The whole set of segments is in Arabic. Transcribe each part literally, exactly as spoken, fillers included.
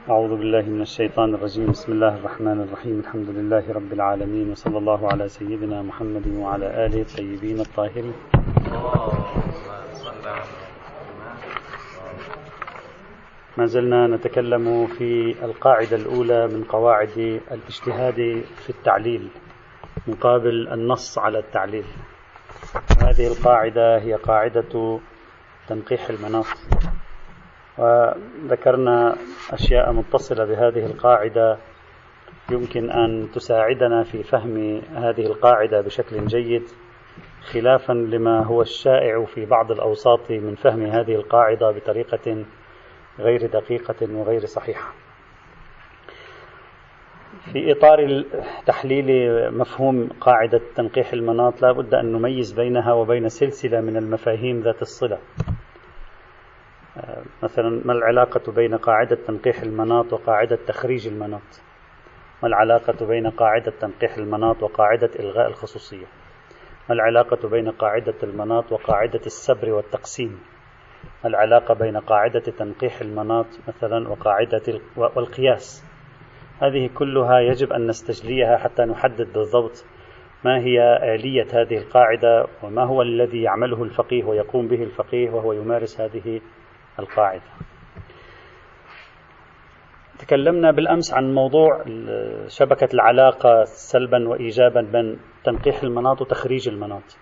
أعوذ بالله من الشيطان الرجيم. بسم الله الرحمن الرحيم. الحمد لله رب العالمين، وصلى الله على سيدنا محمد وعلى آله الطيبين الطاهرين. ما زلنا نتكلم في القاعدة الأولى من قواعد الاجتهاد في التعليل مقابل النص على التعليل. هذه القاعدة هي قاعدة تنقيح المناط، وذكرنا أشياء متصلة بهذه القاعدة يمكن أن تساعدنا في فهم هذه القاعدة بشكل جيد، خلافا لما هو الشائع في بعض الأوساط من فهم هذه القاعدة بطريقة غير دقيقة وغير صحيحة. في إطار تحليل مفهوم قاعدة تنقيح المناط لا بد أن نميز بينها وبين سلسلة من المفاهيم ذات الصلة. مثلا، ما العلاقة بين قاعدة تنقيح المناط وقاعدة تخريج المناط؟ ما العلاقة بين قاعدة تنقيح المناط وقاعدة إلغاء الخصوصية؟ ما العلاقة بين قاعدة المناط وقاعدة السبر والتقسيم؟ ما العلاقة بين قاعدة تنقيح المناط مثلا وقاعدة والقياس؟ هذه كلها يجب أن نستجليها حتى نحدد بالضبط ما هي آلية هذه القاعدة وما هو الذي يعمله الفقيه ويقوم به الفقيه وهو يمارس هذه القاعدة. تكلمنا بالأمس عن موضوع شبكة العلاقة سلبا وإيجابا بين تنقيح المناط وتخريج المناط،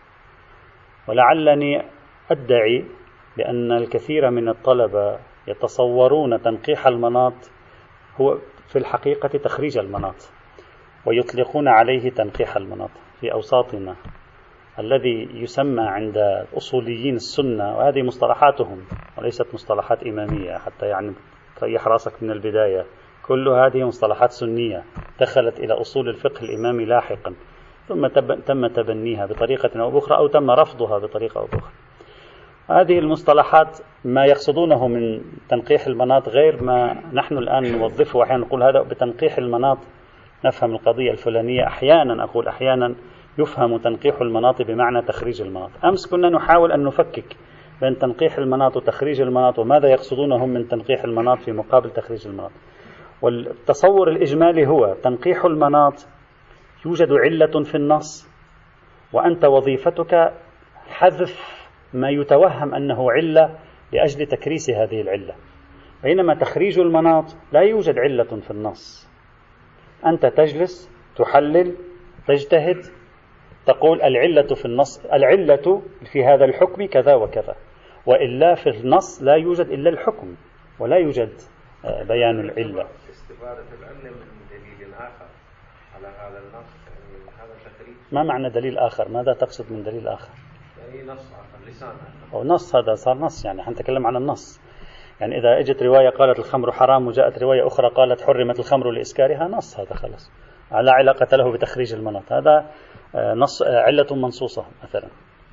ولعلني أدعي بأن الكثير من الطلبة يتصورون تنقيح المناط هو في الحقيقة تخريج المناط، ويطلقون عليه تنقيح المناط في أوساطنا الذي يسمى عند أصوليين السنة، وهذه مصطلحاتهم وليست مصطلحات إمامية حتى يعني تريح راسك من البداية، كل هذه مصطلحات سنية دخلت إلى أصول الفقه الإمامي لاحقا، ثم تم تبنيها بطريقة أو أخرى أو تم رفضها بطريقة أو أخرى. هذه المصطلحات ما يقصدونه من تنقيح المناط غير ما نحن الآن نوظفه، وأحيانا نقول هذا بتنقيح المناط نفهم القضية الفلانية. أحيانا أقول أحيانا يفهم تنقيح المناط بمعنى تخريج المناط. أمس كنا نحاول أن نفكك بين تنقيح المناط وتخريج المناط وماذا يقصدونهم من تنقيح المناط في مقابل تخريج المناط. والتصور الإجمالي هو تنقيح المناط يوجد علة في النص وأنت وظيفتك حذف ما يتوهم أنه علة لأجل تكريس هذه العلة، بينما تخريج المناط لا يوجد علة في النص، أنت تجلس تحلل تجتهد تقول العلة في النص، العلة في هذا الحكم كذا وكذا، وإلا في النص لا يوجد إلا الحكم ولا يوجد بيان العلة. استفادة العلة من دليل آخر على هذا النص، يعني هذا تخريج. ما معنى دليل آخر؟ ماذا تقصد من دليل آخر؟ يعني نص آخر، لسان آخر. أو نص، هذا صار نص، يعني حنتكلم عن النص. يعني إذا اجت رواية قالت الخمر حرام وجاءت رواية أخرى قالت حرمت الخمر لإسكارها، نص هذا خلاص، لا علاقة له بتخريج المناط، هذا نص علة منصوصة مثلا.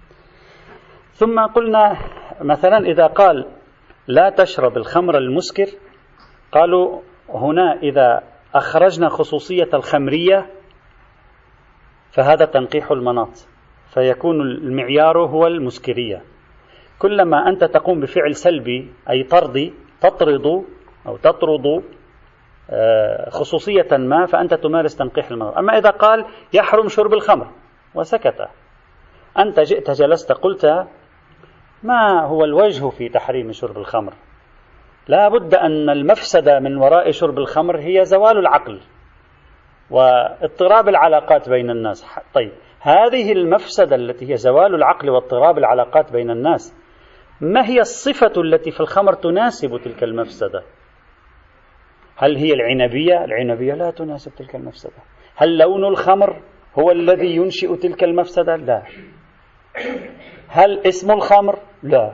ثم قلنا مثلا إذا قال لا تشرب الخمر المسكر، قالوا هنا إذا أخرجنا خصوصية الخمرية فهذا تنقيح المناط، فيكون المعيار هو المسكرية. كلما أنت تقوم بفعل سلبي أي طردي تطرد أو تطرد خصوصية ما فأنت تمارس تنقيح المناط. أما إذا قال يحرم شرب الخمر وسكت، أنت جئت جلست قلت ما هو الوجه في تحريم شرب الخمر؟ لا بد أن المفسدة من وراء شرب الخمر هي زوال العقل واضطراب العلاقات بين الناس. طيب، هذه المفسدة التي هي زوال العقل واضطراب العلاقات بين الناس، ما هي الصفة التي في الخمر تناسب تلك المفسدة؟ هل هي العنبية؟ العنبية لا تناسب تلك المفسدة. هل لون الخمر هو الذي ينشئ تلك المفسدة؟ لا. هل اسم الخمر؟ لا.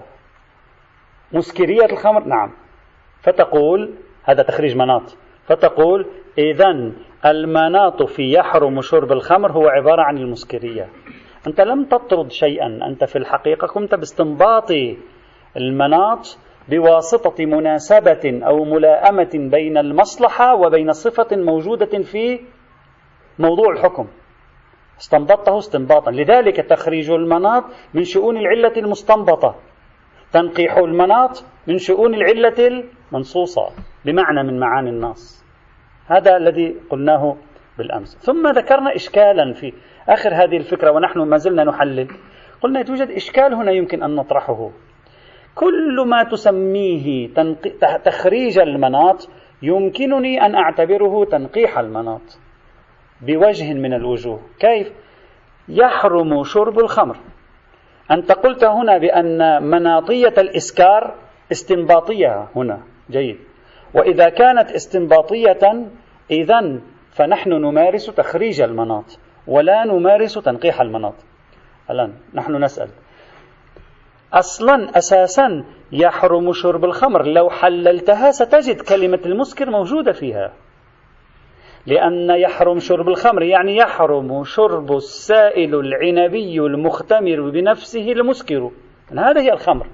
مسكرية الخمر؟ نعم. فتقول هذا تخريج مناط، فتقول إذن المناط في يحرم شرب الخمر هو عبارة عن المسكرية. أنت لم تطرد شيئا، أنت في الحقيقة قمت باستنباط المناط بواسطة مناسبة أو ملائمة بين المصلحة وبين صفة موجودة في موضوع الحكم، استنبطته استنباطا. لذلك تخريج المناط من شؤون العلة المستنبطة، تنقيح المناط من شؤون العلة المنصوصة. بمعنى من معاني النص. هذا الذي قلناه بالأمس. ثم ذكرنا إشكالا في آخر هذه الفكرة ونحن ما زلنا نحلل. قلنا يوجد إشكال هنا يمكن أن نطرحه. كل ما تسميه تخريج المناط يمكنني أن أعتبره تنقيح المناط بوجه من الوجوه. كيف؟ يحرم شرب الخمر. أنت قلت هنا بأن مناطية الإسكار استنباطية هنا، جيد، وإذا كانت استنباطية إذن فنحن نمارس تخريج المناط ولا نمارس تنقيح المناط. الآن نحن نسأل أصلا أساسا يحرم شرب الخمر، لو حللتها ستجد كلمة المسكر موجودة فيها، لأن يحرم شرب الخمر يعني يحرم شرب السائل العنبي المختمر بنفسه المسكر، هذا هي الخمر.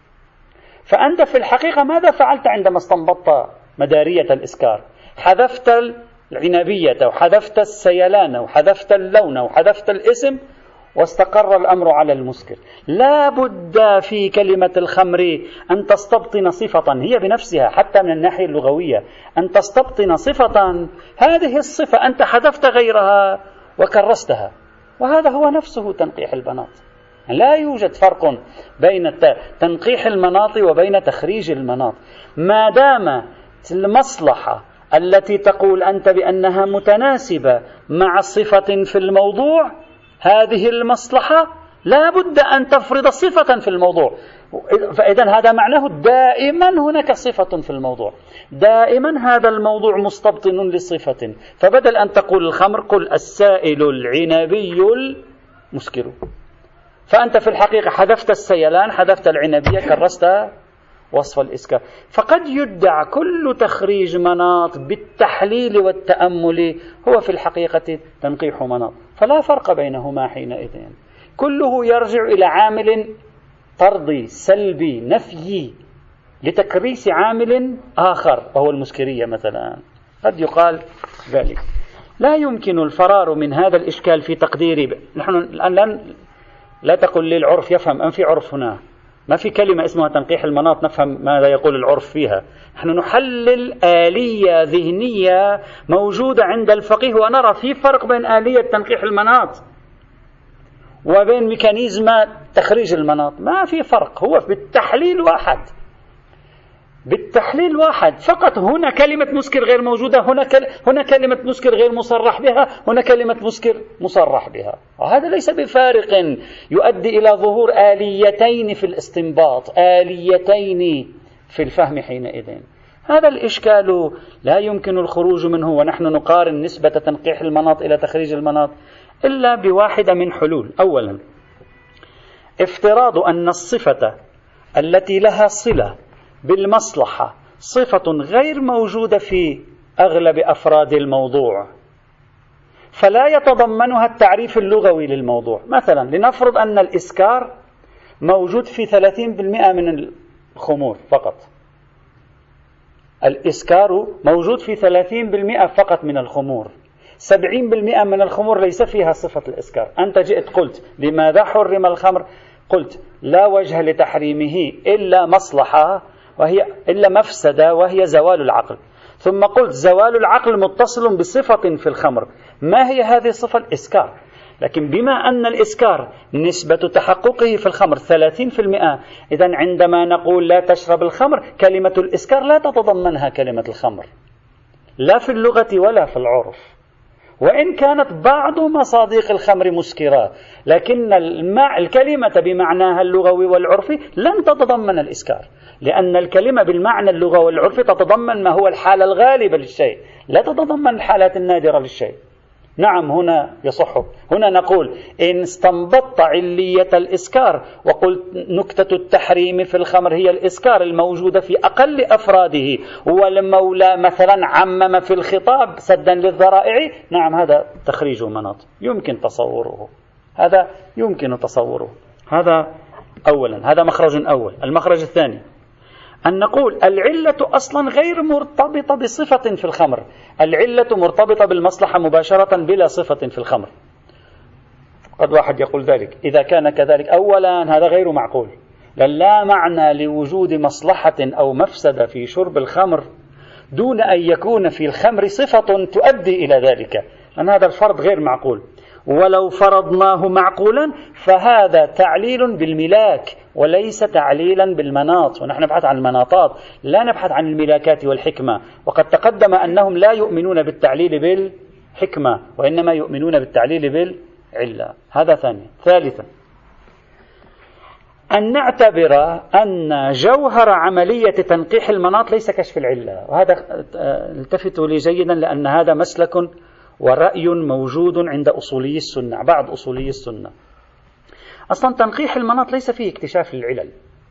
فأنت في الحقيقة ماذا فعلت عندما استنبطت مدارية الإسكار؟ حذفت العنبية وحذفت السيلان وحذفت اللون وحذفت الاسم واستقر الأمر على المسكر. لا بد في كلمة الخمر أن تستبطن صفة هي بنفسها حتى من الناحية اللغوية، أن تستبطن صفة، هذه الصفة أنت حذفت غيرها وكرستها، وهذا هو نفسه تنقيح المناط. لا يوجد فرق بين تنقيح المناط وبين تخريج المناط ما دام المصلحة التي تقول أنت بأنها متناسبة مع صفة في الموضوع، هذه المصلحة لا بد أن تفرض صفة في الموضوع. فإذا هذا معناه دائما هناك صفة في الموضوع، دائما هذا الموضوع مستبطن لصفة. فبدل أن تقول الخمر قل السائل العنبي المسكر. فأنت في الحقيقة حذفت السيلان، حذفت العنبية، كرست وصف الإسكار. فقد يدعى كل تخريج مناط بالتحليل والتأمل هو في الحقيقة تنقيح مناط، فلا فرق بينهما حينئذ. كله يرجع إلى عامل طردي سلبي نفيي لتكريس عامل آخر وهو المسكرية مثلا. قد يقال ذلك. لا يمكن الفرار من هذا الإشكال في تقديري. نحن الآن لن لا تقول لي العرف يفهم، أم في عرف هنا؟ ما في كلمة اسمها تنقيح المناط نفهم ماذا يقول العرف فيها. نحن نحلل آلية ذهنية موجودة عند الفقيه ونرى في فرق بين آلية تنقيح المناط وبين ميكانيزم تخريج المناط. ما في فرق، هو بالتحليل واحد، بالتحليل واحد فقط. هنا كلمة مسكر غير موجودة، هنا كل... هنا كلمة مسكر غير مصرح بها، هنا كلمة مسكر مصرح بها. وهذا ليس بفارق يؤدي إلى ظهور آليتين في الاستنباط، آليتين في الفهم حينئذ. هذا الإشكال لا يمكن الخروج منه ونحن نقارن نسبة تنقيح المناط إلى تخريج المناط إلا بواحدة من حلول. أولا، افتراض أن الصفة التي لها صلة بالمصلحة صفة غير موجودة في أغلب أفراد الموضوع، فلا يتضمنها التعريف اللغوي للموضوع. مثلا لنفرض أن الإسكار موجود في ثلاثين بالمئة من الخمور فقط، الإسكار موجود في ثلاثين بالمئة فقط من الخمور، سبعين بالمئة من الخمور ليس فيها صفة الإسكار. أنت جئت قلت لماذا حرم الخمر؟ قلت لا وجه لتحريمه إلا مصلحة وهي إلا مفسدة وهي زوال العقل. ثم قلت زوال العقل متصل بصفة في الخمر. ما هي هذه الصفة؟ الإسكار. لكن بما أن الإسكار نسبة تحققه في الخمر ثلاثين بالمئة، إذن عندما نقول لا تشرب الخمر كلمة الإسكار لا تتضمنها كلمة الخمر، لا في اللغة ولا في العرف. وإن كانت بعض مصادق الخمر مسكرة، لكن المع... الكلمة بمعناها اللغوي والعرفي لن تتضمن الإسكار، لأن الكلمة بالمعنى اللغوي والعرفي تتضمن ما هو الحالة الغالبة للشيء، لا تتضمن الحالات النادرة للشيء. نعم هنا يصح. هنا نقول إن استنبطت علية الإسكار وقلت نكتة التحريم في الخمر هي الإسكار الموجودة في أقل أفراده، والمولى مثلا عمم في الخطاب سدا للذرائع، نعم هذا تخريج مناط يمكن تصوره، هذا يمكن تصوره. هذا أولا، هذا مخرج أول. المخرج الثاني أن نقول العلة أصلا غير مرتبطة بصفة في الخمر، العلة مرتبطة بالمصلحة مباشرة بلا صفة في الخمر. قد واحد يقول ذلك. إذا كان كذلك أولا هذا غير معقول، لا معنى لوجود مصلحة أو مفسدة في شرب الخمر دون أن يكون في الخمر صفة تؤدي إلى ذلك، أن هذا الفرض غير معقول. ولو فرضناه معقولا فهذا تعليل بالملاك وليس تعليلا بالمناط، ونحن نبحث عن المناطات لا نبحث عن الملاكات والحكمة. وقد تقدم أنهم لا يؤمنون بالتعليل بالحكمة وإنما يؤمنون بالتعليل بالعلة. هذا ثانيا. ثالثا، أن نعتبر أن جوهر عملية تنقيح المناط ليس كشف العلة، وهذا التفتوا لي جيدا لأن هذا مسلك ورأي موجود عند أصولي السنة، بعض أصولي السنة. أصلا تنقيح المناط ليس فيه اكتشاف للعلل،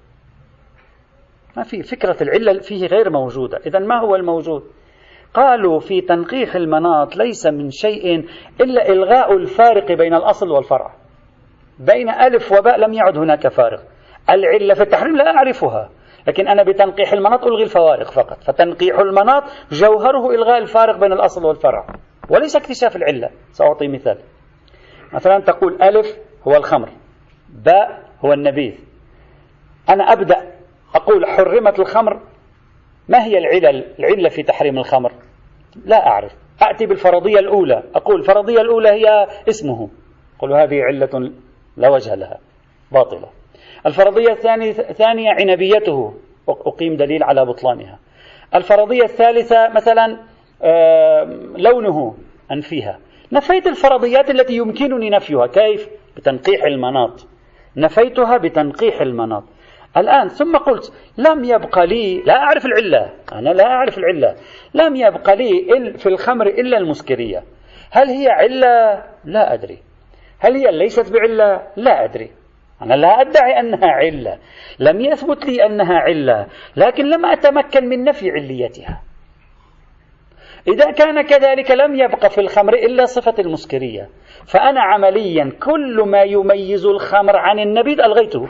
ما في فكرة العلة فيه غير موجودة. إذن ما هو الموجود؟ قالوا في تنقيح المناط ليس من شيء إلا إلغاء الفارق بين الأصل والفرع، بين ألف وباء لم يعد هناك فارق. العلة في التحريم لا أعرفها، لكن أنا بتنقيح المناط ألغي الفوارق فقط. فتنقيح المناط جوهره إلغاء الفارق بين الأصل والفرع وليس اكتشاف العلة. سأعطي مثال. مثلا تقول ألف هو الخمر، باء هو النبيذ. أنا أبدأ أقول حرمت الخمر، ما هي العلة العلة في تحريم الخمر؟ لا أعرف. أأتي بالفرضية الأولى، أقول الفرضية الأولى هي اسمه، أقول هذه علة لا وجه لها، باطلة. الفرضية الثانية عنبيته، أقيم دليل على بطلانها. الفرضية الثالثة مثلا لونه، أنفيها. نفيت الفرضيات التي يمكنني نفيها. كيف؟ بتنقيح المناط. نفيتها بتنقيح المناط. الآن ثم قلت لم يبقى لي، لا أعرف العلة، أنا لا أعرف العلة، لم يبقى لي في الخمر إلا المسكرية. هل هي علة؟ لا أدري. هل هي ليست بعلة؟ لا أدري. أنا لا أدعي أنها علة، لم يثبت لي أنها علة، لكن لم أتمكن من نفي عليتها. إذا كان كذلك لم يبقى في الخمر إلا صفة المسكرية، فأنا عمليا كل ما يميز الخمر عن النبيذ ألغيته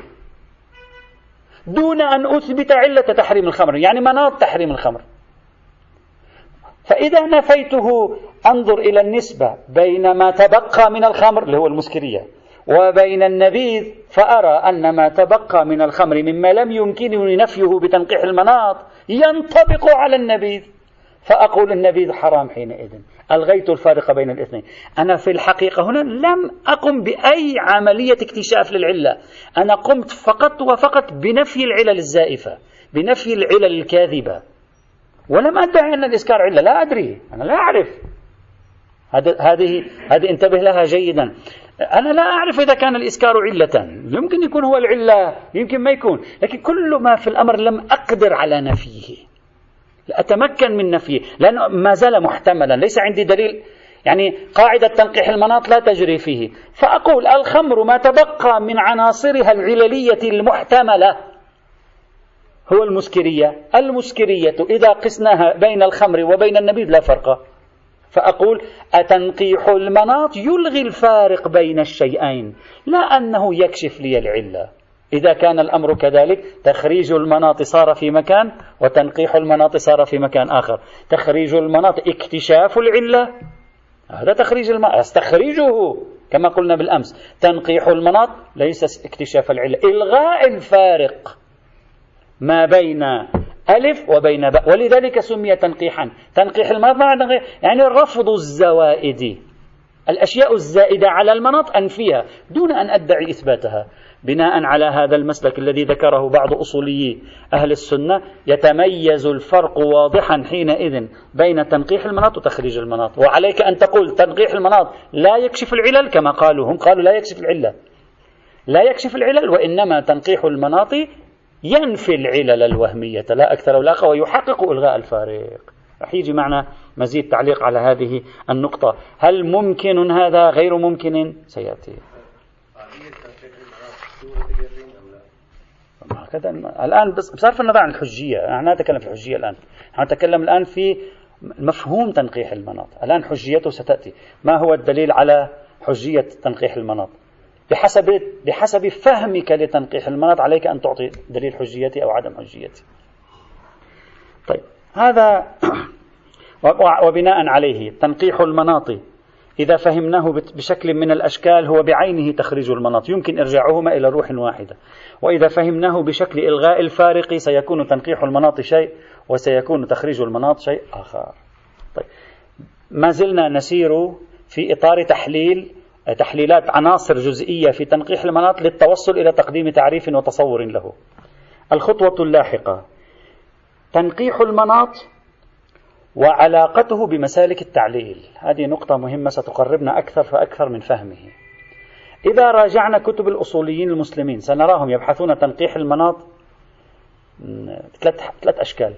دون أن أثبت علة تحريم الخمر، يعني مناط تحريم الخمر. فإذا نفيته أنظر إلى النسبة بين ما تبقى من الخمر اللي هو المسكرية وبين النبيذ، فأرى أن ما تبقى من الخمر مما لم يمكنني نفيه بتنقيح المناط ينطبق على النبيذ، فأقول النبيذ حرام حينئذ. ألغيت الفارق بين الاثنين. أنا في الحقيقة هنا لم أقم بأي عملية اكتشاف للعلة، أنا قمت فقط وفقط بنفي العلل الزائفة، بنفي العلل الكاذبة، ولم أدعي أن الإسكار علة. لا أدري، أنا لا أعرف. هذه هذه انتبه لها جيدا. أنا لا أعرف إذا كان الإسكار علة، يمكن يكون هو العلة، يمكن ما يكون، لكن كل ما في الأمر لم أقدر على نفيه، لا أتمكن من نفيه، لأنه ما زال محتملا، ليس عندي دليل. يعني قاعدة تنقيح المناط لا تجري فيه، فأقول الخمر ما تبقى من عناصرها العللية المحتملة هو المسكرية. المسكرية إذا قسناها بين الخمر وبين النبيذ لا فرق، فأقول أتنقيح المناط يلغي الفارق بين الشيئين، لا أنه يكشف لي العلة. إذا كان الأمر كذلك تخريج المناط صار في مكان وتنقيح المناط صار في مكان آخر. تخريج المناط اكتشاف العلة، هذا تخريج المناط استخرجه كما قلنا بالأمس. تنقيح المناط ليس اكتشاف العلة، إلغاء الفارق ما بين ألف وبين باء، ولذلك سمي تنقيحا. تنقيح المناط يعني رفض الزوائد، الأشياء الزائدة على المناط أنفيها دون أن أدعي إثباتها. بناء على هذا المسلك الذي ذكره بعض أصوليي أهل السنة يتميز الفرق واضحا حينئذ بين تنقيح المناط وتخريج المناط. وعليك أن تقول تنقيح المناط لا يكشف العلل كما قالوا هم، قالوا لا يكشف العلل، لا يكشف العلل، وإنما تنقيح المناط ينفي العلل الوهمية لا أكثر ولا أقل ويحقق إلغاء الفارق. رح يجي معنا مزيد تعليق على هذه النقطة. هل ممكن هذا غير ممكن؟ سيأتي. هكذا الآن بس بصرف النظر عن الحجية، نحن نتكلم في الحجية الآن، نحن نتكلم الآن في مفهوم تنقيح المناط. الآن حجيته ستأتي. ما هو الدليل على حجية تنقيح المناط؟ بحسب بحسب فهمك لتنقيح المناط عليك أن تعطي دليل حجيتي أو عدم حجيتي. طيب هذا وبناء عليه تنقيح المناط إذا فهمناه بشكل من الأشكال هو بعينه تخريج المناط، يمكن إرجاعهما إلى روح واحدة. وإذا فهمناه بشكل إلغاء الفارق سيكون تنقيح المناط شيء وسيكون تخريج المناط شيء آخر. طيب، ما زلنا نسير في إطار تحليل تحليلات عناصر جزئية في تنقيح المناط للتوصل إلى تقديم تعريف وتصور له. الخطوة اللاحقة تنقيح المناط وعلاقته بمسالك التعليل. هذه نقطة مهمة ستقربنا أكثر فأكثر من فهمه. إذا راجعنا كتب الأصوليين المسلمين سنراهم يبحثون تنقيح المناط ثلاث ثلاث أشكال.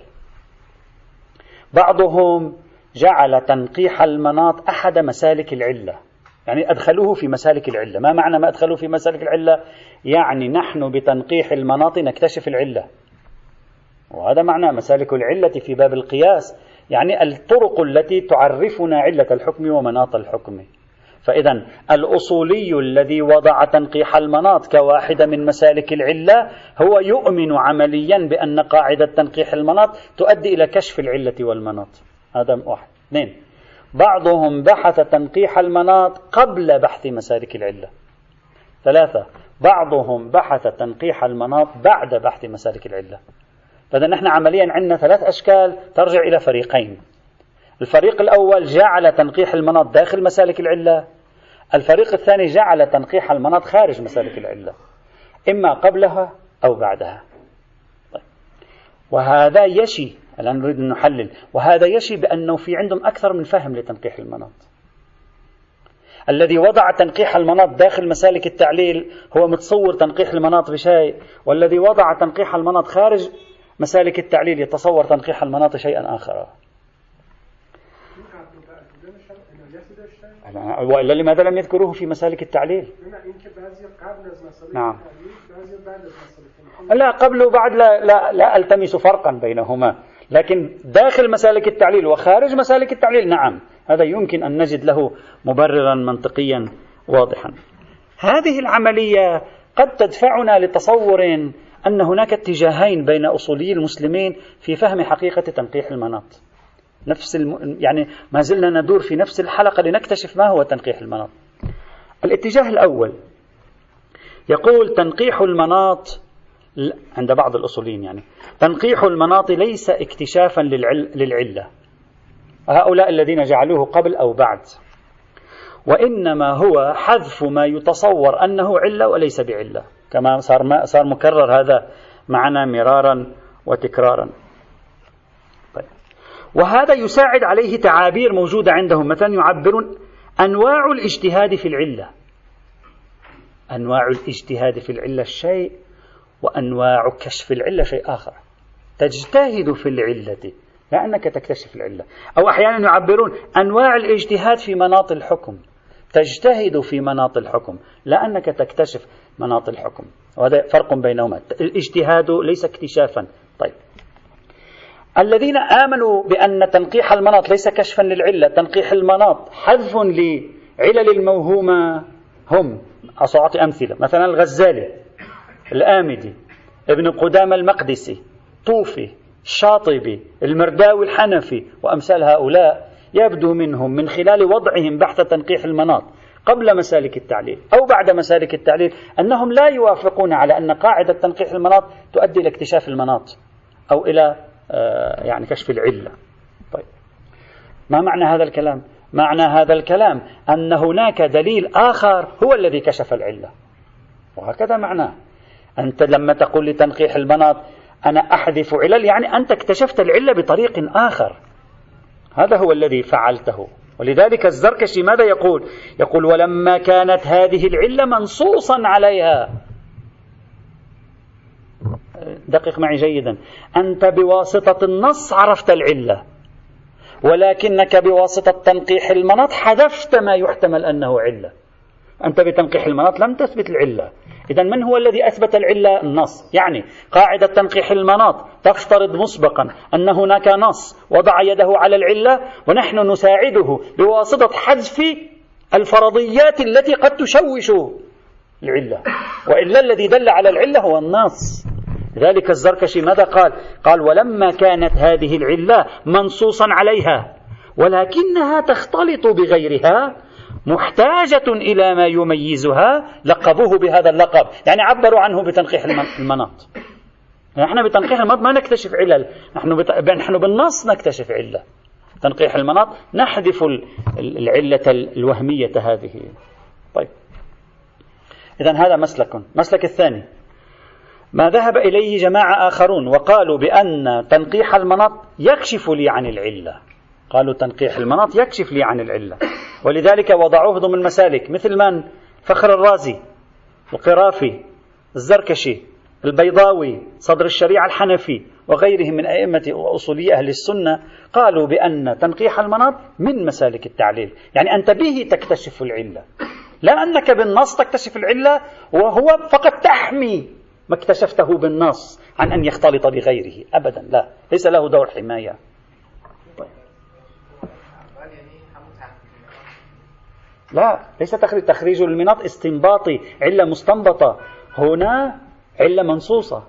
بعضهم جعل تنقيح المناط أحد مسالك العلة، يعني أدخلوه في مسالك العلة. ما معنى ما أدخلوه في مسالك العلة؟ يعني نحن بتنقيح المناط نكتشف العلة، وهذا معنى مسالك العلة في باب القياس، يعني الطرق التي تعرفنا علة الحكم ومناط الحكم. فإذا الأصولي الذي وضع تنقيح المناط كواحدة من مسالك العلة هو يؤمن عمليا بأن قاعدة تنقيح المناط تؤدي إلى كشف العلة والمناط. هذا واحد. اثنين، بعضهم بحث تنقيح المناط قبل بحث مسالك العلة. ثلاثة، بعضهم بحث تنقيح المناط بعد بحث مسالك العلة. فإذا نحن عمليا عندنا ثلاث أشكال ترجع إلى فريقين. الفريق الأول جعل تنقيح المناط داخل مسالك العلة، الفريق الثاني جعل تنقيح المناط خارج مسالك العلة، إما قبلها أو بعدها. طيب. وهذا يشي، الآن نريد أن نحلل، وهذا يشي بأنه في عندهم أكثر من فهم لتنقيح المناط. الذي وضع تنقيح المناط داخل مسالك التعليل هو متصور تنقيح المناط بشيء، والذي وضع تنقيح المناط خارج مسالك التعليل يتصور تنقيح المناط شيئا آخر. وإلا لماذا لم يذكروه في مسالك التعليل؟ نعم. لا، قبل وبعد لا, لا, لا ألتمس فرقا بينهما، لكن داخل مسالك التعليل وخارج مسالك التعليل نعم، هذا يمكن أن نجد له مبررا منطقيا واضحا. هذه العملية قد تدفعنا لتصور أن هناك اتجاهين بين أصولي المسلمين في فهم حقيقة تنقيح المناط. نفس الم... يعني ما زلنا ندور في نفس الحلقة لنكتشف ما هو تنقيح المناط. الاتجاه الأول يقول تنقيح المناط عند بعض الأصوليين، يعني تنقيح المناط ليس اكتشافا للعل... للعلة، هؤلاء الذين جعلوه قبل أو بعد، وإنما هو حذف ما يتصور أنه علة وليس بعلة، كما صار, ما صار مكرر هذا معنا مرارا وتكرارا. طيب. وهذا يساعد عليه تعابير موجودة عندهم، مثلا يعبرون أنواع الاجتهاد في العلة. أنواع الاجتهاد في العلة شيء، وأنواع كشف العلة شيء آخر. تجتهد في العلة لأنك تكتشف العلة، أو أحيانا يعبرون أنواع الاجتهاد في مناط الحكم. تجتهد في مناط الحكم لأنك تكتشف مناط الحكم، وهذا فرق بينهما. الاجتهاد ليس اكتشافا. طيب، الذين آمنوا بأن تنقيح المناط ليس كشفا للعلة، تنقيح المناط حذف لعلل الموهومة، هم أعطي أمثلة، مثلا الغزالي، الآمدي، ابن قدامة المقدسي، طوفي، الشاطبي، المرداوي الحنفي وأمثال هؤلاء، يبدو منهم من خلال وضعهم بحث تنقيح المناط قبل مسالك التعليل أو بعد مسالك التعليل أنهم لا يوافقون على أن قاعدة تنقيح المناط تؤدي إلى اكتشاف المناط أو إلى آه يعني كشف العلة. طيب، ما معنى هذا الكلام؟ معنى هذا الكلام أن هناك دليل آخر هو الذي كشف العلة، وهكذا معناه. أنت لما تقول لتنقيح المناط أنا أحذف علل، يعني أنت اكتشفت العلة بطريق آخر، هذا هو الذي فعلته. ولذلك الزركشي ماذا يقول؟ يقول ولما كانت هذه العلة منصوصا عليها. دقق معي جيدا، أنت بواسطة النص عرفت العلة، ولكنك بواسطة تنقيح المناط حذفت ما يحتمل أنه علة. أنت بتنقيح المناط لم تثبت العلة. إذن من هو الذي أثبت العلة؟ النص. يعني قاعدة تنقيح المناط تفترض مسبقا أن هناك نص وضع يده على العلة، ونحن نساعده بواسطة حذف الفرضيات التي قد تشوش العلة، وإلا الذي دل على العلة هو النص. لذلك الزركشي ماذا قال؟ قال ولما كانت هذه العلة منصوصا عليها ولكنها تختلط بغيرها محتاجة إلى ما يميزها، لقبوه بهذا اللقب، يعني عبروا عنه بتنقيح المناط. نحن بتنقيح المناط ما نكتشف علل، نحن بت... نحن بالنص نكتشف علة. تنقيح المناط نحذف العلة الوهمية هذه. طيب، إذن هذا مسلك. مسلك الثاني ما ذهب إليه جماعة آخرون وقالوا بأن تنقيح المناط يكشف لي عن العلة. قالوا تنقيح المناط يكشف لي عن العلة، ولذلك وضعوه ضمن المسالك، مثل من؟ فخر الرازي، القرافي، الزركشي، البيضاوي، صدر الشريعة الحنفي، وغيرهم من أئمة وأصولي أهل السنة. قالوا بأن تنقيح المناط من مسالك التعليل، يعني أنت به تكتشف العلة، لا أنك بالنص تكتشف العلة، وهو فقط تحمي ما اكتشفته بالنص عن أن يختلط بغيره أبدا، لا، ليس له دور حماية. طيب. لا، ليس تخريج تخريج المناط استنباطي، علة مستنبطة، هنا علة منصوصة.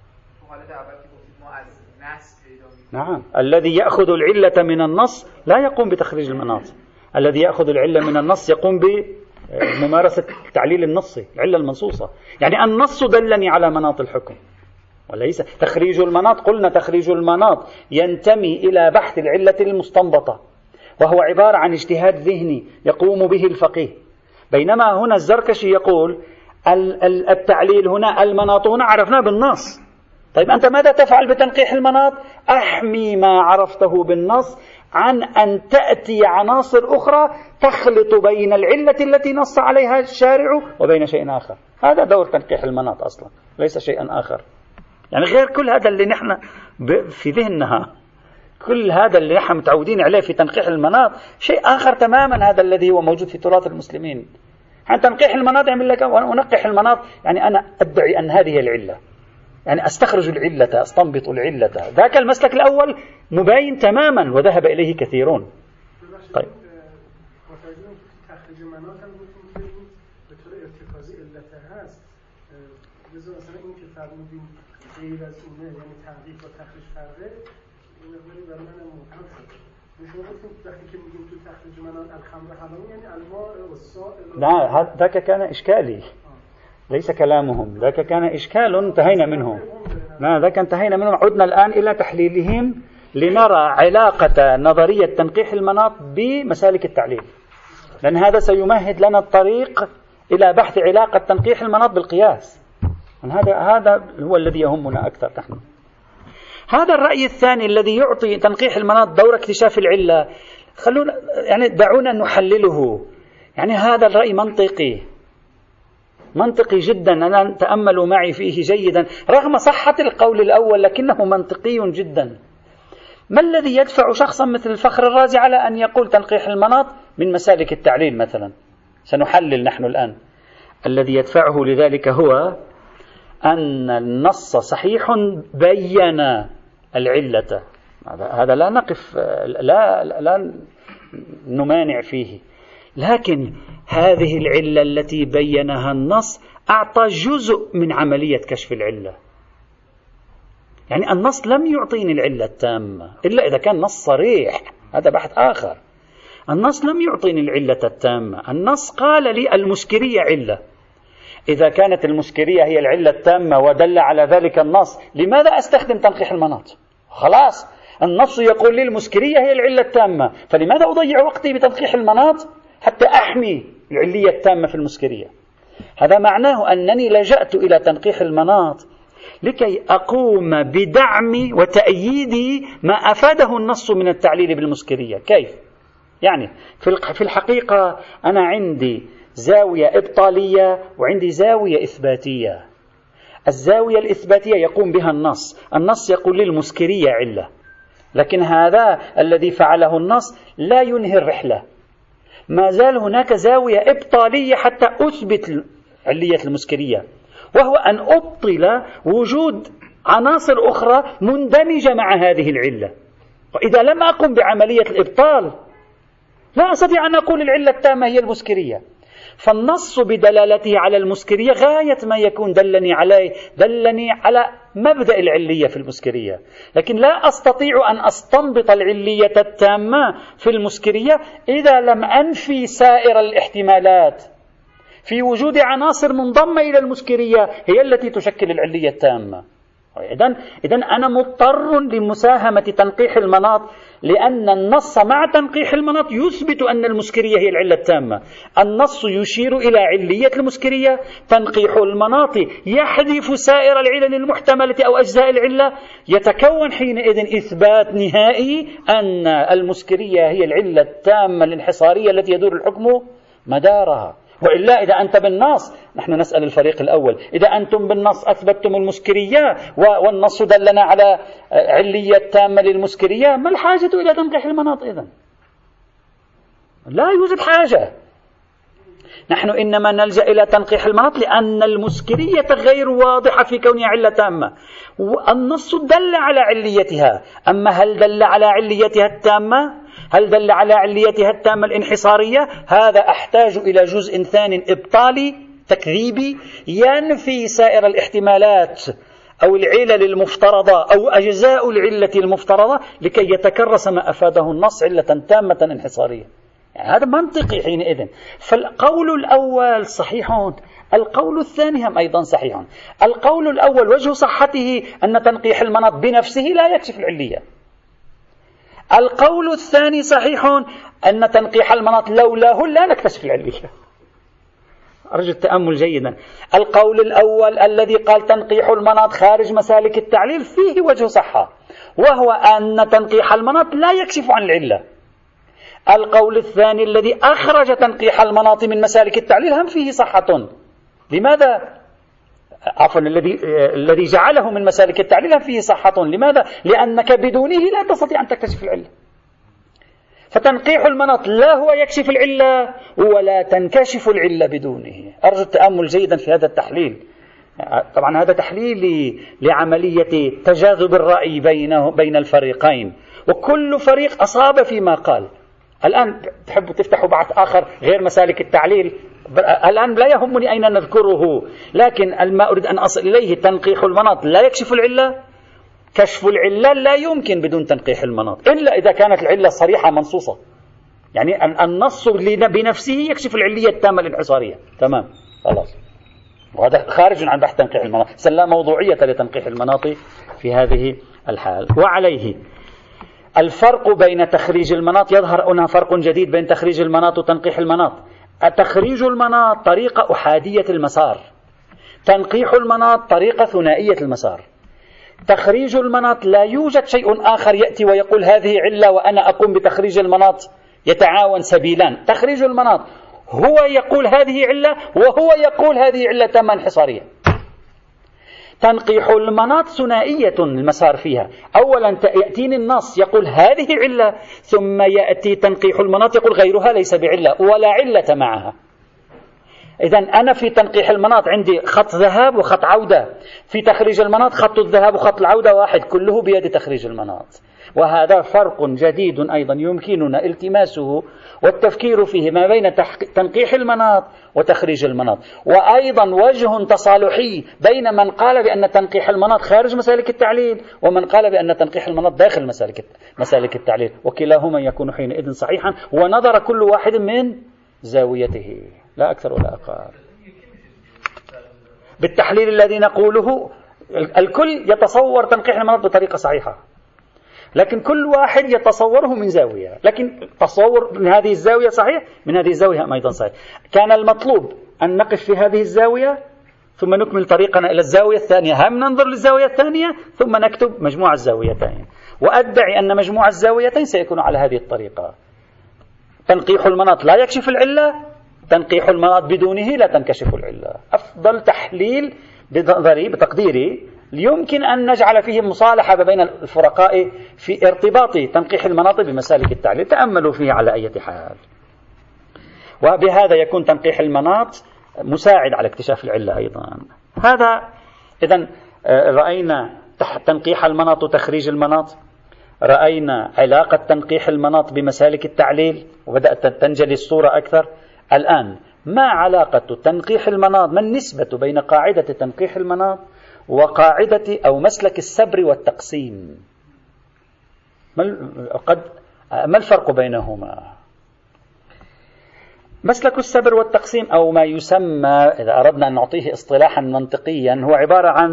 نعم، الذي يأخذ العلة من النص لا يقوم بتخريج المناط، الذي يأخذ العلة من النص يقوم بممارسة التعليل النصي، العلة المنصوصة. يعني النص دلني على مناط الحكم، وليس تخريج المناط. قلنا تخريج المناط ينتمي إلى بحث العلة المستنبطة، وهو عبارة عن اجتهاد ذهني يقوم به الفقيه، بينما هنا الزركشي يقول التعليل هنا، المناط هنا عرفناه بالنص. طيب أنت ماذا تفعل بتنقيح المناط؟ أحمي ما عرفته بالنص عن أن تأتي عناصر أخرى تخلط بين العلة التي نص عليها الشارع وبين شيء آخر. هذا دور تنقيح المناط أصلا، ليس شيئا آخر. يعني غير كل هذا اللي نحن في ذهنها، كل هذا اللي نحن متعودين عليه في تنقيح المناط شيء آخر تماما، هذا الذي هو موجود في تراث المسلمين. عن تنقيح المناط يعمل لك ونقح المناط، يعني أنا أدعي أن هذه العلة، يعني أستخرج العلة، أستنبط العلة. ذاك المسلك الأول مباين تماما وذهب إليه كثيرون. طيب، لا، ذاك كان إشكالي، ليس كلامهم، ذاك كان إشكال انتهينا منه. لا، ذاك انتهينا منه. عدنا الآن إلى تحليلهم لنرى علاقة نظرية تنقيح المناط بمسالك التعليل، لأن هذا سيمهد لنا الطريق إلى بحث علاقة تنقيح المناط بالقياس. هذا هذا هو الذي يهمنا أكثر نحن. هذا الرأي الثاني الذي يعطي تنقيح المناط دور اكتشاف العلة، خلونا يعني دعونا نحلله. يعني هذا الرأي منطقي، منطقي جدا، أنا تأملوا معي فيه جيدا، رغم صحة القول الأول لكنه منطقي جدا. ما الذي يدفع شخصا مثل الفخر الرازي على أن يقول تنقيح المناط من مسالك التعليل مثلا؟ سنحلل نحن الآن. الذي يدفعه لذلك هو أن النص صحيح بين العلة، هذا لا نقف لا, لا نمانع فيه، لكن هذه العلة التي بينها النص أعطى جزء من عملية كشف العلة. يعني النص لم يعطيني العلة التامة إلا إذا كان نص صريح، هذا بحث آخر. النص لم يعطيني العلة التامة، النص قال لي المسكرية علة. إذا كانت المسكرية هي العلة التامة ودل على ذلك النص، لماذا أستخدم تنقيح المناط؟ خلاص النص يقول لي المسكرية هي العلة التامة، فلماذا أضيع وقتي بتنقيح المناط حتى أحمي العلية التامة في المسكرية؟ هذا معناه أنني لجأت إلى تنقيح المناط لكي أقوم بدعم وتأييد ما أفاده النص من التعليل بالمسكرية. كيف؟ يعني في الحقيقة أنا عندي زاوية إبطالية وعندي زاوية إثباتية. الزاوية الإثباتية يقوم بها النص، النص يقول لي المسكرية علة، لكن هذا الذي فعله النص لا ينهي الرحلة، ما زال هناك زاوية إبطالية حتى أثبت علية المسكرية، وهو أن أبطل وجود عناصر أخرى مندمجة مع هذه العلة. وإذا لم أقم بعملية الإبطال لا أستطيع أن أقول العلة التامة هي المسكرية. فالنص بدلالته على المسكرية غاية ما يكون دلني عليه، دلني على مبدأ العلية في المسكرية، لكن لا أستطيع أن أستنبط العلية التامة في المسكرية إذا لم أنفي سائر الاحتمالات في وجود عناصر منضمة إلى المسكرية هي التي تشكل العلية التامة. إذن إذن أنا مضطر لمساهمة تنقيح المناط، لأن النص مع تنقيح المناط يثبت أن المسكرية هي العلة التامة. النص يشير إلى علية المسكرية، تنقيح المناط يحذف سائر العلل المحتملة أو أجزاء العلة، يتكون حينئذ إثبات نهائي أن المسكرية هي العلة التامة الانحصارية التي يدور الحكم مدارها. وإلا إذا أنت بالنص، نحن نسأل الفريق الأول، إذا أنتم بالنص أثبتتم المسكرية والنص دلنا على علية تامة للمسكرية، ما الحاجة إلى تنقيح المناط؟ إذن لا يوجد حاجة. نحن إنما نلجأ إلى تنقيح المناط لأن المسكرية غير واضحة في كونها علة تامة، والنص دل على عليتها. أما هل دل على عليتها التامة؟ هل دل على عليتها التامة الانحصارية؟ هذا أحتاج إلى جزء ثاني إبطالي تكذيبي ينفي سائر الاحتمالات أو العلل المفترضة أو أجزاء العلة المفترضة لكي يتكرس ما أفاده النص علة تامة انحصارية. يعني هذا منطقي حينئذ. فالقول الأول صحيح، القول الثاني هم أيضا صحيح. القول الأول وجه صحته أن تنقيح المناط بنفسه لا يكشف العلية. القول الثاني صحيح أن تنقيح المناط لولاه لا نكتشف العلية. أرجو التأمل جيدا. القول الأول الذي قال تنقيح المناط خارج مسالك التعليل فيه وجه صحة، وهو أن تنقيح المناط لا يكشف عن العلة. القول الثاني الذي أخرج تنقيح المناط من مسالك التعليل هم فيه صحة. لماذا؟ عفوا الذي الذي جعله من مسالك التعليل فيه صحة. لماذا؟ لأنك بدونه لا تستطيع أن تكتشف العلة. فتنقيح المناط لا هو يكشف العلة ولا تنكشف العلة بدونه. أرجو التأمل جيدا في هذا التحليل. طبعا هذا تحليل لعملية تجاذب الرأي بينه بين الفريقين، وكل فريق أصاب فيما قال. الآن تحبوا تفتحوا بعث آخر غير مسالك التعليل، الآن لا يهمني أين نذكره، لكن ما أريد أن أصل إليه تنقيح المناط لا يكشف العلة. كشف العلة لا يمكن بدون تنقيح المناط إلا إذا كانت العلة صريحة منصوصة، يعني النص بنفسه يكشف العلية التامة الانحصارية. تمام، خلاص، وهذا خارج عن بحث تنقيح المناط، لا موضوعية لتنقيح المناط في هذه الحال. وعليه الفرق بين تخريج المناط، يظهر هنا فرق جديد بين تخريج المناط وتنقيح المناط. تخريج المناط طريقة أحادية المسار، تنقيح المناط طريقة ثنائية المسار. تخريج المناط لا يوجد شيء آخر يأتي ويقول هذه علة وأنا أقوم بتخريج المناط، يتعاون سبيلان. تخريج المناط هو يقول هذه علة وهو يقول هذه علة تامة انحصارية. تنقيح المناط ثنائية المسار فيها، أولا يأتيني النص يقول هذه علة، ثم يأتي تنقيح المناط يقول غيرها ليس بعلة ولا علة معها. إذن أنا في تنقيح المناط عندي خط ذهاب وخط عودة، في تخريج المناط خط الذهاب وخط العودة واحد، كله بيد تخريج المناط. وهذا فرق جديد أيضا يمكننا التماسه والتفكير فيه ما بين تنقيح المناط وتخريج المناط، وأيضا وجه تصالحي بين من قال بأن تنقيح المناط خارج مسالك التعليل ومن قال بأن تنقيح المناط داخل مسالك مسالك التعليل، وكلاهما يكون حينئذ صحيحا، ونظر كل واحد من زاويته لا أكثر ولا أقل. بالتحليل الذي نقوله الكل يتصور تنقيح المناط بطريقة صحيحة، لكن كل واحد يتصوره من زاوية، لكن تصور من هذه الزاوية صحيح، من هذه الزاوية أيضا صحيح. كان المطلوب أن نقف في هذه الزاوية ثم نكمل طريقنا إلى الزاوية الثانية، هم ننظر للزاوية الثانية ثم نكتب مجموع الزاويتين، وأدعي أن مجموع الزاويتين سيكون على هذه الطريقة. تنقيح المناط لا يكشف العلة، تنقيح المناط بدونه لا تنكشف العلة. أفضل تحليل بنظري بتقديري يمكن أن نجعل فيه مصالحة بين الفرقاء في ارتباط تنقيح المناط بمسالك التعليل، تأملوا فيه على أي حال. وبهذا يكون تنقيح المناط مساعد على اكتشاف العلة أيضا. هذا إذن رأينا تنقيح المناط وتخريج المناط، رأينا علاقة تنقيح المناط بمسالك التعليل وبدأت تنجلي الصورة أكثر. الآن ما علاقة تنقيح المناط، ما النسبة بين قاعدة تنقيح المناط وقاعدة أو مسلك السبر والتقسيم؟ قد ما الفرق بينهما؟ مسلك السبر والتقسيم أو ما يسمى إذا أردنا أن نعطيه اصطلاحا منطقيا هو عبارة عن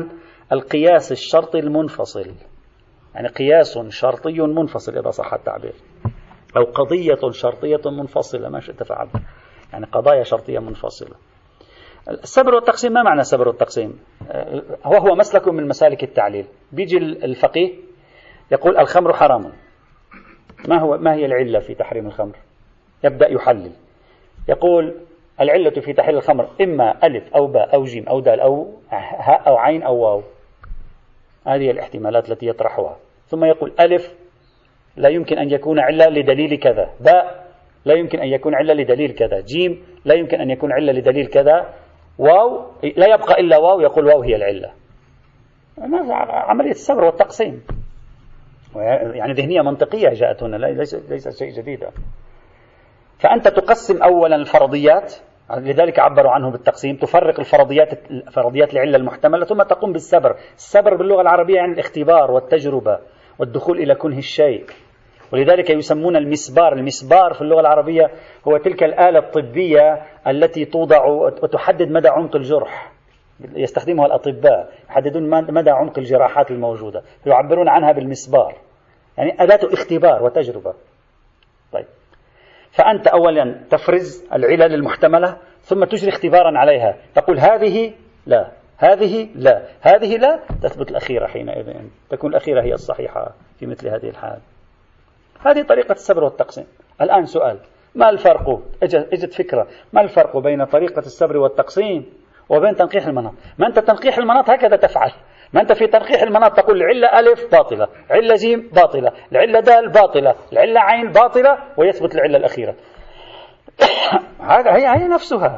القياس الشرطي المنفصل، يعني قياس شرطي منفصل إذا صح التعبير، أو قضية شرطية منفصلة ما شئت فعبر، يعني قضايا شرطية منفصلة. السبر والتقسيم، ما معنى السبر والتقسيم؟ هو هو مسلك من مسالك التعليل. بيجي الفقيه يقول الخمر حرام، ما هو ما هي العلة في تحريم الخمر؟ يبدأ يحلل، يقول العلة في تحليل الخمر إما ألف أو باء أو جيم أو دال أو هاء أو عين أو واو، هذه الاحتمالات التي يطرحها. ثم يقول ألف لا يمكن أن يكون علة لدليل كذا، باء لا يمكن أن يكون علة لدليل كذا، جيم لا يمكن أن يكون علة لدليل كذا، واو لا يبقى إلا واو، يقول واو هي العلة. عملية السبر والتقسيم، يعني ذهنية منطقية جاءت هنا، ليس ليس شيء جديد. فأنت تقسم أولا الفرضيات، لذلك عبروا عنه بالتقسيم، تفرق الفرضيات فرضيات العلة المحتملة، ثم تقوم بالسبر. السبر باللغة العربية يعني الاختبار والتجربة والدخول إلى كنه الشيء، ولذلك يسمون المسبار. المسبار في اللغة العربية هو تلك الآلة الطبية التي توضع وتحدد مدى عمق الجرح، يستخدمها الأطباء، يحددون مدى عمق الجراحات الموجودة، يعبرون عنها بالمسبار، يعني أداة اختبار وتجربة. طيب، فأنت أولا تفرز العلل المحتملة، ثم تجري اختبارا عليها، تقول هذه لا، هذه لا، هذه لا، تثبت الأخيرة حينئذ، تكون الأخيرة هي الصحيحة في مثل هذه الحال. هذه طريقة السبر والتقسيم. الآن سؤال، ما الفرق؟ اجت فكرة، ما الفرق بين طريقة السبر والتقسيم وبين تنقيح المناط؟ ما أنت تنقيح المناط هكذا تفعل، ما أنت في تنقيح المناط تقول العلة ألف باطلة، العلة جيم باطلة، العلة دال باطلة، العلة عين باطلة، ويثبت العلة الأخيرة. هذا هي هي نفسها.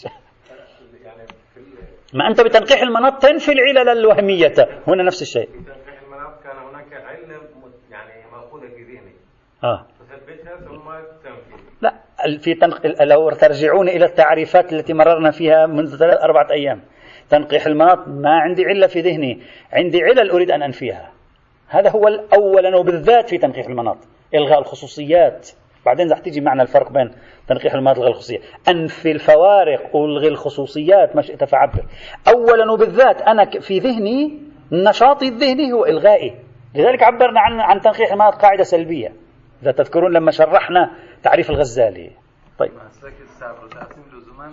ما أنت بتنقيح المناط تنفي العلل الوهمية، هنا نفس الشيء. في تنقيح المناط كان هناك علة يعني مأخوذة في ذهني، آه. تثبتها ثم تنفي. لا، في تنق... لو ترجعون إلى التعريفات التي مررنا فيها منذ ثلاث أربعة أيام، تنقيح المناط ما عندي علة في ذهني، عندي علل أريد أن أنفيها. هذا هو الأول وبالذات في تنقيح المناط، إلغاء الخصوصيات. بعدين رح تيجي معنى الفرق بين تنقيح المناط والغاء الخصوصية. أنفي الفوارق والغي الخصوصيات، ما شئت فعبر. أولا وبالذات أنا في ذهني نشاطي الذهني هو إلغائي، لذلك عبرنا عن عن تنقيح المناط قاعدة سلبية، إذا تذكرون لما شرحنا تعريف الغزالي. طيب، مسلك السبر والتقسيم لزوما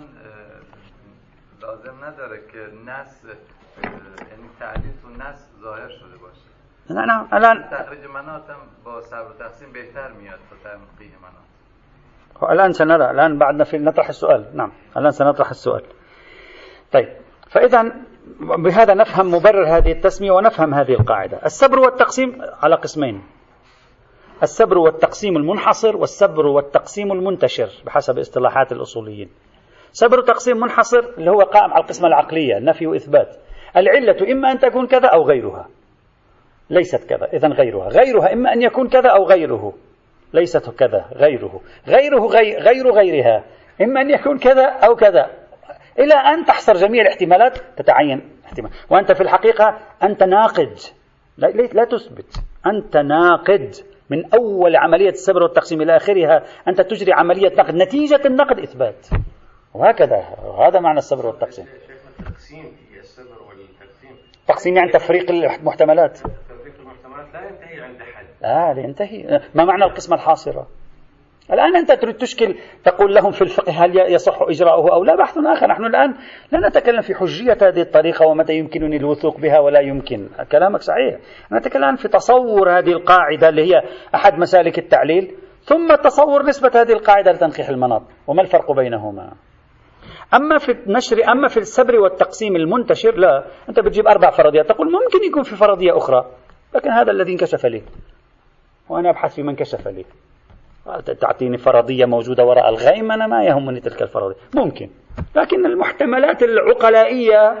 لازم نداره که الناس یعنی تعلیل تو الناس ظاهر شده باشه. نه نه الان تخریج مناط هم با صبر و تقسیم بهتر میاد تا تنقیح مناط. الآن سنرى، الآن بعدنا في نطرح السؤال. نعم، الآن سنطرح السؤال. طيب، فإذا بهذا نفهم مبرر هذه التسمية ونفهم هذه القاعدة. السبر والتقسيم على قسمين: السبر والتقسيم المنحصر، والسبر والتقسيم المنتشر بحسب اصطلاحات الأصوليين. سبر وتقسيم منحصر اللي هو قائم على القسمة العقلية، النفي وإثبات. العلة إما أن تكون كذا أو غيرها، ليست كذا، إذن غيرها. غيرها إما أن يكون كذا أو غيره، ليست كذا، غيره. غيره غير, غير غيرها، إما أن يكون كذا أو كذا، إلى أن تحصر جميع الاحتمالات تتعين احتمال. وأنت في الحقيقة أنت ناقد، لا, لا تثبت، أنت ناقد من أول عملية السبر والتقسيم إلى آخرها. أنت تجري عملية نقد، نتيجة النقد إثبات، وهكذا. هذا معنى السبر والتقسيم. التقسيم هي السبر والتقسيم. تقسيم يعني تفريق المحتملات. تفريق المحتملات لا ينتهي عند حد. لا لا ينتهي. ما معنى القسمة الحاصرة؟ الآن أنت تريد تشكل، تقول لهم في الفقه هل يصح إجراؤه أو لا، بحث آخر. نحن الآن لا نتكلم في حجية هذه الطريقة ومتى يمكنني الوثوق بها ولا يمكن. كلامك صحيح، نتكلم في تصور هذه القاعدة اللي هي أحد مسالك التعليل، ثم تصور نسبة هذه القاعدة لتنقيح المناط وما الفرق بينهما. أما في النشر، أما في السبر والتقسيم المنتشر، لا، أنت بتجيب أربع فرضيات، تقول ممكن يكون في فرضية أخرى، لكن هذا الذي انكشف لي وأنا أبحث في من كشف لي. تعطيني فرضية موجودة وراء الغيم، أنا ما يهمني تلك الفرضية، ممكن، لكن المحتملات العقلائية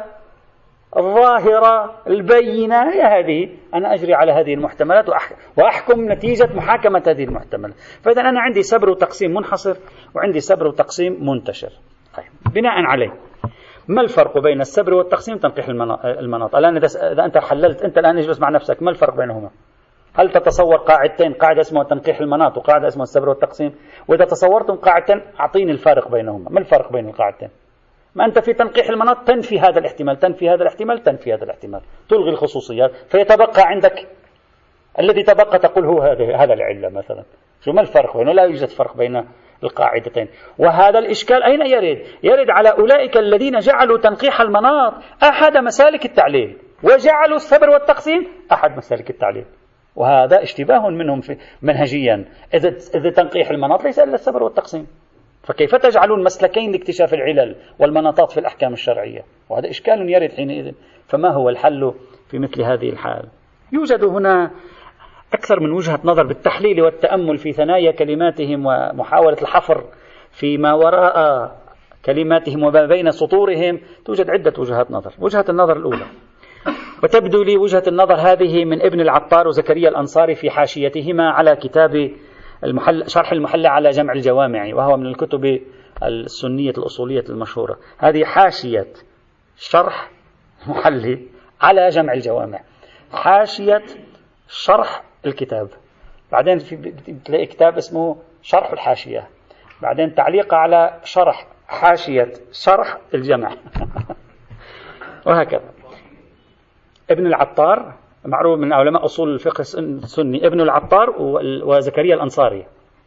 الظاهرة البينة هي هذه، أنا أجري على هذه المحتملات وأحكم نتيجة محاكمة هذه المحتملات. فإذا أنا عندي سبر وتقسيم منحصر وعندي سبر وتقسيم منتشر. طيب، بناء عليه ما الفرق بين السبر والتقسيم تنقيح المناط؟ الآن إذا أنت حللت، أنت الآن اجلس مع نفسك، ما الفرق بينهما؟ هل تتصور قاعدتين، قاعدة اسمها تنقيح المناط وقاعدة اسمها السبر والتقسيم؟ وإذا تصورتم قاعدتين أعطيني الفارق بينهما، ما الفرق بين القاعدتين؟ ما أنت في تنقيح المناط تنفي هذا الاحتمال، تنفي هذا الاحتمال، تنفي هذا الاحتمال، تلغي الخصوصيات، فيتبقى عندك الذي تبقى تقول هو هذا هذا العلة مثلا. شو ما الفرق بينه؟ لا يوجد فرق بين القاعدتين. وهذا الإشكال أين يرد؟ يرد على أولئك الذين جعلوا تنقيح المناط أحد مسالك التعليل، وجعلوا السبر والتقسيم أحد مسالك التعليل، وهذا اشتباه منهم في منهجيا. إذا إذا تنقيح المناط ليس إلا السبر والتقسيم، فكيف تجعلون مسلكين لاكتشاف العلل والمناطات في الأحكام الشرعية؟ وهذا إشكال يرد حينئذ. فما هو الحل في مثل هذه الحال؟ يوجد هنا أكثر من وجهة نظر بالتحليل والتأمل في ثنايا كلماتهم ومحاولة الحفر فيما وراء كلماتهم وما بين سطورهم. توجد عدة وجهات نظر. وجهة النظر الأولى، وتبدو لي وجهة النظر هذه من ابن العطار وزكريا الأنصاري في حاشيتهما على كتاب المحل شرح المحلى على جمع الجوامع، وهو من الكتب السنية الأصولية المشهورة. هذه حاشية شرح محلي على جمع الجوامع، حاشية شرح الكتاب، بعدين في بتلاقي كتاب اسمه شرح الحاشية، بعدين تعليق على شرح حاشية شرح الجمع وهكذا. ابن العطار معروف من علماء أصول الفقه السني، ابن العطار وزكريا الأنصاري.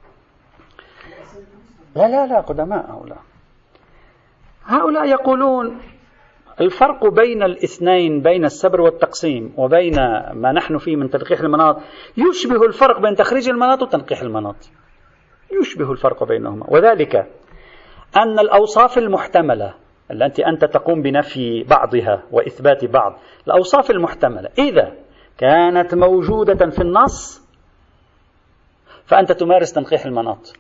لا لا لا قدماء هؤلاء. هؤلاء يقولون الفرق بين الاثنين، بين السبر والتقسيم وبين ما نحن فيه من تنقيح المناط، يشبه الفرق بين تخريج المناط وتنقيح المناط، يشبه الفرق بينهما. وذلك أن الأوصاف المحتملة التي أنت تقوم بنفي بعضها وإثبات بعض، الأوصاف المحتملة إذا كانت موجودة في النص فأنت تمارس تنقيح المناط،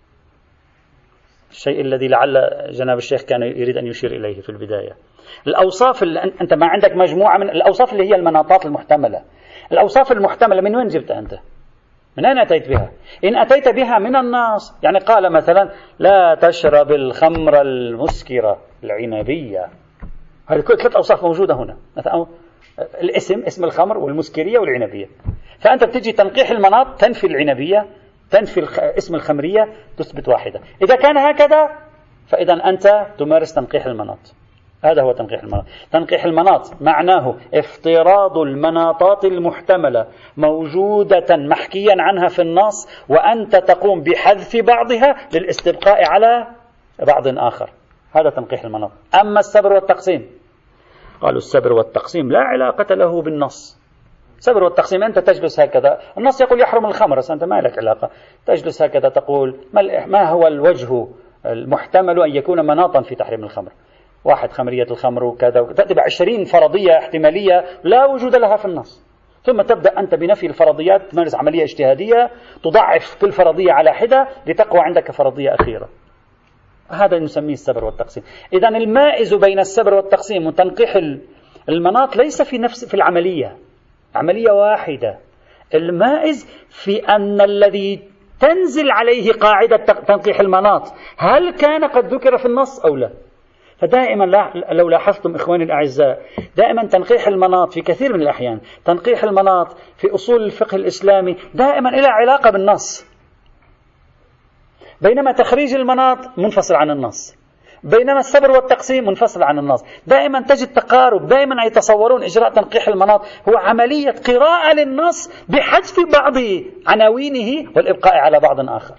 الشيء الذي لعل جناب الشيخ كان يريد أن يشير إليه في البداية. الأوصاف اللي أنت ما عندك مجموعة من الأوصاف اللي هي المناطات المحتملة. الأوصاف المحتملة من وين جبتها أنت؟ من أين أتيت بها؟ إن أتيت بها من النص، يعني قال مثلا لا تشرب الخمر المسكرة العنبية، هذه كل ثلاث أوصاف موجودة هنا، مثلا الاسم اسم الخمر والمسكرية والعنبية، فأنت بتجي تنقيح المناط تنفي العنبية، تنفي اسم الخمرية، تثبت واحدة. إذا كان هكذا فإذا أنت تمارس تنقيح المناط. هذا هو تنقيح المناط. تنقيح المناط معناه افتراض المناطات المحتملة موجودة محكيا عنها في النص، وأنت تقوم بحذف بعضها للاستبقاء على بعض آخر. هذا تنقيح المناط. أما السبر والتقسيم، قالوا السبر والتقسيم لا علاقة له بالنص. السبر والتقسيم أنت تجلس هكذا، النص يقول يحرم الخمر، أنت ما لك علاقة، تجلس هكذا تقول ما هو الوجه المحتمل أن يكون مناطا في تحريم الخمر؟ واحد خمرية الخمر وكذا، تأتي بعشرين فرضية احتمالية لا وجود لها في النص، ثم تبدأ أنت بنفي الفرضيات، تمارس عملية اجتهادية تضعف كل فرضية على حدة لتقوى عندك فرضية أخيرة. هذا نسميه السبر والتقسيم. إذن المائز بين السبر والتقسيم وتنقيح المناط ليس في نفس في العملية، عملية واحدة. المائز في أن الذي تنزل عليه قاعدة تنقيح المناط هل كان قد ذكر في النص أو لا. فدائما لو لاحظتم إخواني الأعزاء، دائما تنقيح المناط في كثير من الأحيان، تنقيح المناط في أصول الفقه الإسلامي دائما إلى علاقة بالنص، بينما تخريج المناط منفصل عن النص، بينما السبر والتقسيم منفصل عن النص. دائما تجد تقارب، دائما يتصورون إجراء تنقيح المناط هو عملية قراءة للنص بحذف بعض عناوينه والإبقاء على بعض آخر.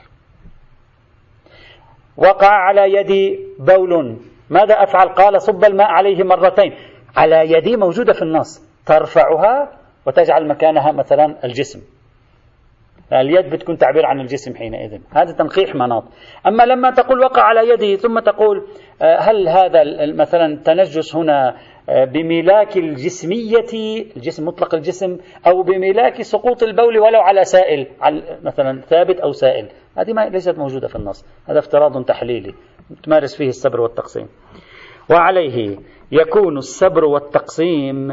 وقع على يدي بول، ماذا أفعل؟ قال صب الماء عليه مرتين. على يدي موجودة في النص، ترفعها وتجعل مكانها مثلا الجسم، اليد بتكون تعبير عن الجسم حينئذ، هذا تنقيح مناط. أما لما تقول وقع على يدي ثم تقول هل هذا مثلا تنجس هنا بملاك الجسمية، الجسم مطلق الجسم، أو بملاك سقوط البول ولو على سائل، مثلا ثابت أو سائل، هذه ما ليست موجودة في النص، هذا افتراض تحليلي تمارس فيه السبر والتقسيم. وعليه يكون السبر والتقسيم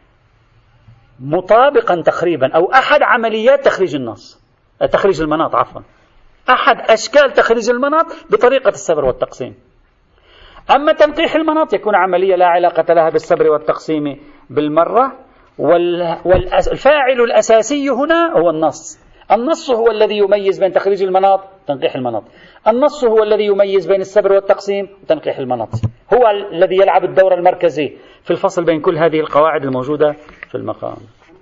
مطابقا تقريبا أو أحد عمليات تخريج النص، تخريج المناط عفوا، أحد أشكال تخريج المناط بطريقة السبر والتقسيم. أما تنقيح المناط يكون عملية لا علاقة لها بالسبر والتقسيم بالمرة، والفاعل الأساسي هنا هو النص، النص هو الذي يميز بين تخريج المناط وتنقيح المناط. النص هو الذي يميز بين السبر والتقسيم وتنقيح المناط. هو الذي يلعب الدور المركزي في الفصل بين كل هذه القواعد الموجودة في المقام.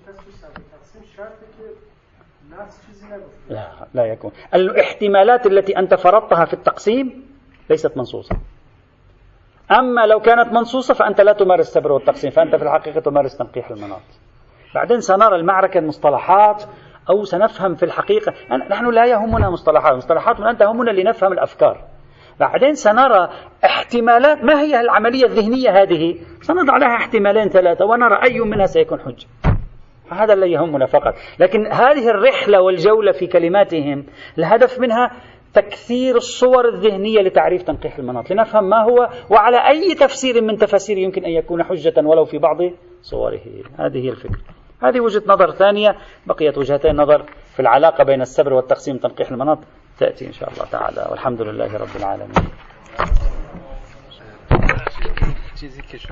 لا لا يكون. الاحتمالات التي أنت فرضتها في التقسيم ليست منصوصة. أما لو كانت منصوصة فأنت لا تمارس السبر والتقسيم، فأنت في الحقيقة تمارس تنقيح المناط. بعدين سنرى المعركة المصطلحات، أو سنفهم في الحقيقة. نحن لا يهمنا مصطلحات، مصطلحات من أنت همنا لنفهم الأفكار. بعدين سنرى احتمالات، ما هي العملية الذهنية هذه، سنضع لها احتمالين ثلاثة ونرى أي منها سيكون حجة. هذا اللي يهمنا فقط. لكن هذه الرحلة والجولة في كلماتهم الهدف منها تكثير الصور الذهنية لتعريف تنقيح المناط، لنفهم ما هو وعلى أي تفسير من تفاسير يمكن أن يكون حجة ولو في بعض صوره. هذه هي الفكرة. هذه وجهة نظر ثانية. بقيت وجهتين نظر في العلاقة بين السبر والتقسيم وتنقيح المناط تأتي إن شاء الله تعالى، والحمد لله رب العالمين.